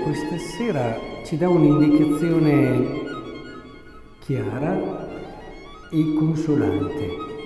questa sera ci dà un'indicazione chiara e consolante.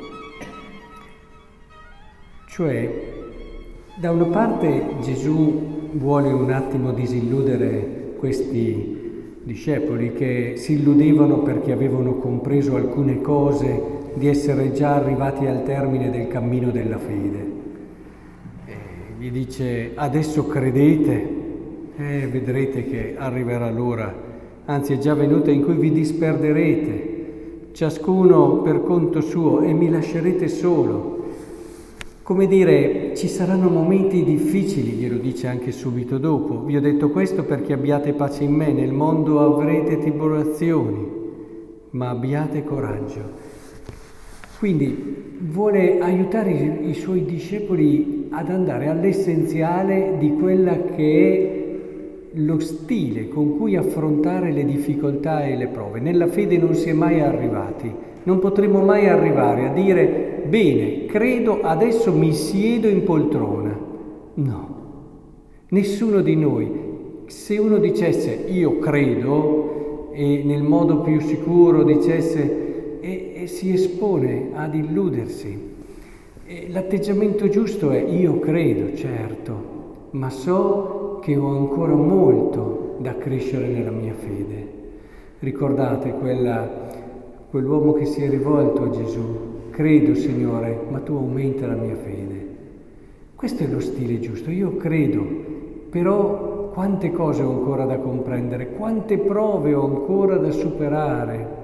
Cioè, da una parte Gesù vuole un attimo disilludere questi discepoli che si illudevano perché avevano compreso alcune cose di essere già arrivati al termine del cammino della fede. Gli dice: adesso credete? Vedrete che arriverà l'ora, anzi è già venuta, in cui vi disperderete, ciascuno per conto suo, e mi lascerete solo. Come dire, ci saranno momenti difficili, glielo dice anche subito dopo. Vi ho detto questo perché abbiate pace in me, nel mondo avrete tribolazioni, ma abbiate coraggio. Quindi vuole aiutare i suoi discepoli ad andare all'essenziale di quella che è lo stile con cui affrontare le difficoltà e le prove. Nella fede non si è mai arrivati, non potremo mai arrivare a dire: bene, credo, adesso mi siedo in poltrona. No, nessuno di noi. Se uno dicesse io credo e nel modo più sicuro dicesse e si espone ad illudersi. L'atteggiamento giusto è: io credo, certo, ma so che ho ancora molto da crescere nella mia fede. Ricordate quell'uomo che si è rivolto a Gesù: credo, Signore, ma tu aumenta la mia fede. Questo è lo stile giusto. Io credo, però quante cose ho ancora da comprendere, quante prove ho ancora da superare.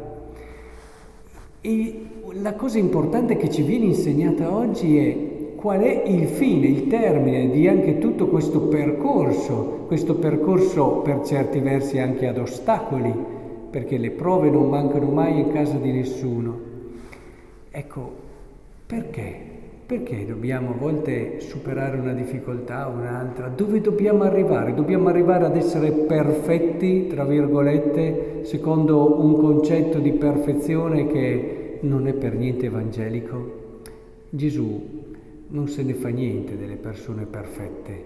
E la cosa importante che ci viene insegnata oggi è qual è il fine, il termine di anche tutto questo percorso per certi versi anche ad ostacoli, perché le prove non mancano mai in casa di nessuno. Ecco, perché? Perché dobbiamo a volte superare una difficoltà o un'altra? Dove dobbiamo arrivare? Dobbiamo arrivare ad essere perfetti, tra virgolette, secondo un concetto di perfezione che non è per niente evangelico. Gesù non se ne fa niente delle persone perfette.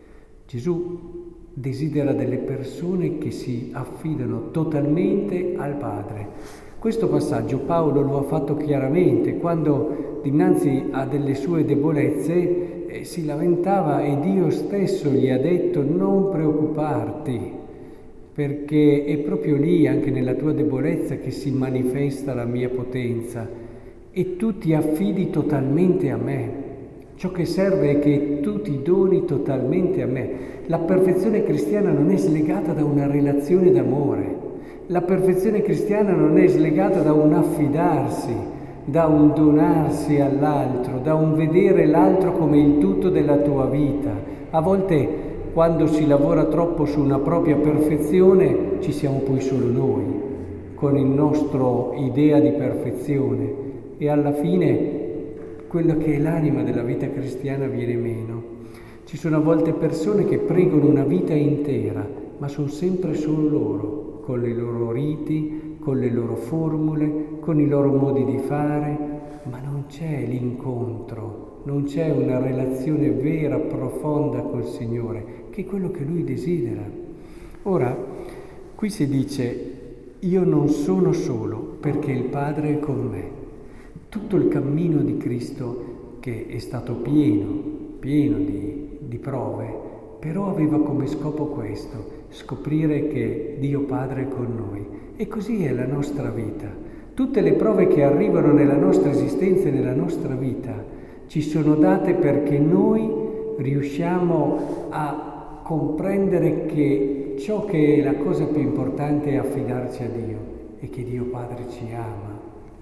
Gesù desidera delle persone che si affidano totalmente al Padre. Questo passaggio Paolo lo ha fatto chiaramente quando dinanzi a delle sue debolezze si lamentava e Dio stesso gli ha detto: non preoccuparti, perché è proprio lì, anche nella tua debolezza, che si manifesta la mia potenza, e tu ti affidi totalmente a me. Ciò che serve è che tu ti doni totalmente a me. La perfezione cristiana non è slegata da una relazione d'amore. La perfezione cristiana non è slegata da un affidarsi, da un donarsi all'altro, da un vedere l'altro come il tutto della tua vita. A volte, quando si lavora troppo su una propria perfezione, ci siamo poi solo noi, con il nostro idea di perfezione, e alla fine quello che è l'anima della vita cristiana viene meno. Ci sono a volte persone che pregano una vita intera, ma sono sempre solo loro, con i loro riti, con le loro formule, con i loro modi di fare, ma non c'è l'incontro, non c'è una relazione vera, profonda col Signore, che è quello che Lui desidera. Ora, qui si dice: io non sono solo, perché il Padre è con me. Tutto il cammino di Cristo, che è stato pieno di prove, però aveva come scopo questo: scoprire che Dio Padre è con noi. E così è la nostra vita. Tutte le prove che arrivano nella nostra esistenza e nella nostra vita ci sono date perché noi riusciamo a comprendere che ciò che è la cosa più importante è affidarci a Dio e che Dio Padre ci ama.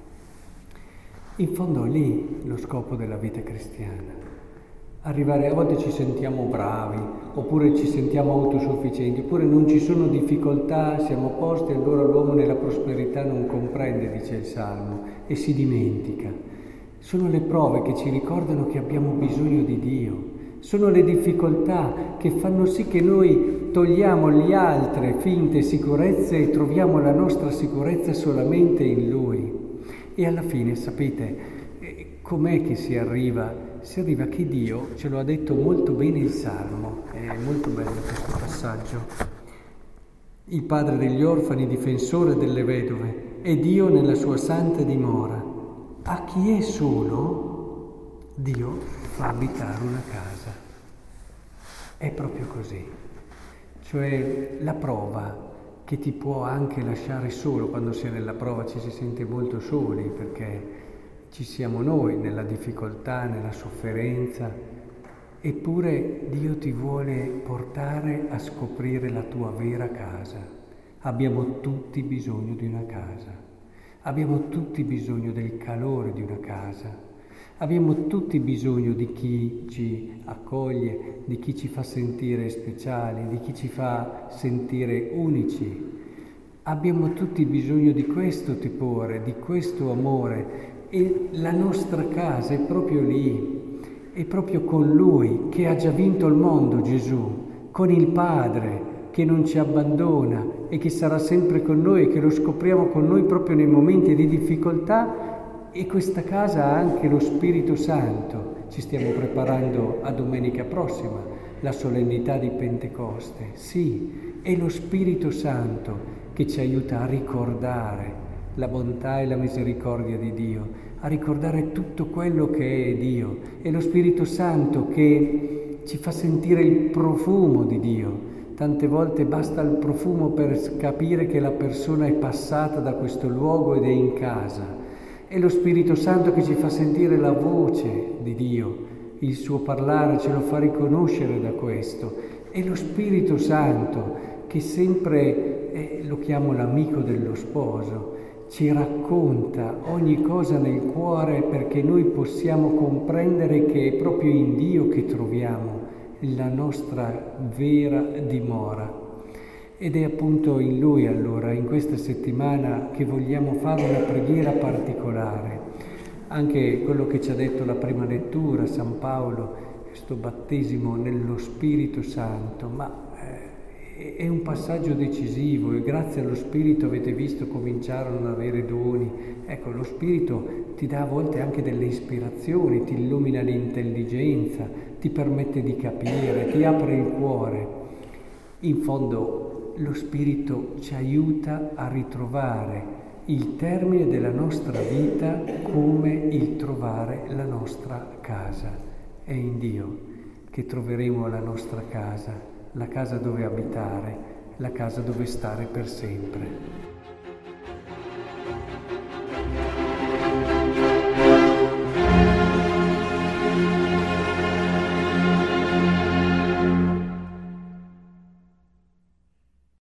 In fondo è lì lo scopo della vita cristiana. Arrivare, a volte ci sentiamo bravi, oppure ci sentiamo autosufficienti, oppure non ci sono difficoltà, siamo a posto, e allora l'uomo nella prosperità non comprende, dice il Salmo, e si dimentica. Sono le prove che ci ricordano che abbiamo bisogno di Dio, sono le difficoltà che fanno sì che noi togliamo le altre finte sicurezze e troviamo la nostra sicurezza solamente in Lui. E alla fine, sapete, com'è che si arriva? Si arriva che Dio, ce lo ha detto molto bene il Salmo, è molto bello questo passaggio. il padre degli orfani, difensore delle vedove, è Dio nella sua santa dimora. A chi è solo, Dio fa abitare una casa. È proprio così. Cioè la prova che ti può anche lasciare solo, quando si è nella prova ci si sente molto soli, perché ci siamo noi nella difficoltà, nella sofferenza, eppure Dio ti vuole portare a scoprire la tua vera casa. Abbiamo tutti bisogno di una casa, abbiamo tutti bisogno del calore di una casa, abbiamo tutti bisogno di chi ci accoglie, di chi ci fa sentire speciali, di chi ci fa sentire unici. Abbiamo tutti bisogno di questo tepore, di questo amore, e la nostra casa è proprio lì, è proprio con Lui che ha già vinto il mondo, Gesù, con il Padre che non ci abbandona e che sarà sempre con noi e che lo scopriamo con noi proprio nei momenti di difficoltà. E questa casa ha anche lo Spirito Santo. Ci stiamo preparando a domenica prossima, la solennità di Pentecoste. Sì, è lo Spirito Santo che ci aiuta a ricordare la bontà e la misericordia di Dio, a ricordare tutto quello che è Dio. È lo Spirito Santo che ci fa sentire il profumo di Dio. Tante volte basta il profumo per capire che la persona è passata da questo luogo ed è in casa. È lo Spirito Santo che ci fa sentire la voce di Dio, il suo parlare ce lo fa riconoscere da questo. È lo Spirito Santo che sempre, lo chiamo l'amico dello sposo, ci racconta ogni cosa nel cuore perché noi possiamo comprendere che è proprio in Dio che troviamo la nostra vera dimora. Ed è appunto in Lui allora, in questa settimana, che vogliamo fare una preghiera particolare. Anche quello che ci ha detto la prima lettura, San Paolo, questo battesimo nello Spirito Santo, ma è un passaggio decisivo e grazie allo Spirito avete visto cominciarono ad avere doni. Ecco, lo Spirito ti dà a volte anche delle ispirazioni, ti illumina l'intelligenza, ti permette di capire, ti apre il cuore. In fondo lo Spirito ci aiuta a ritrovare il termine della nostra vita come il trovare la nostra casa. È in Dio che troveremo la nostra casa, la casa dove abitare, la casa dove stare per sempre.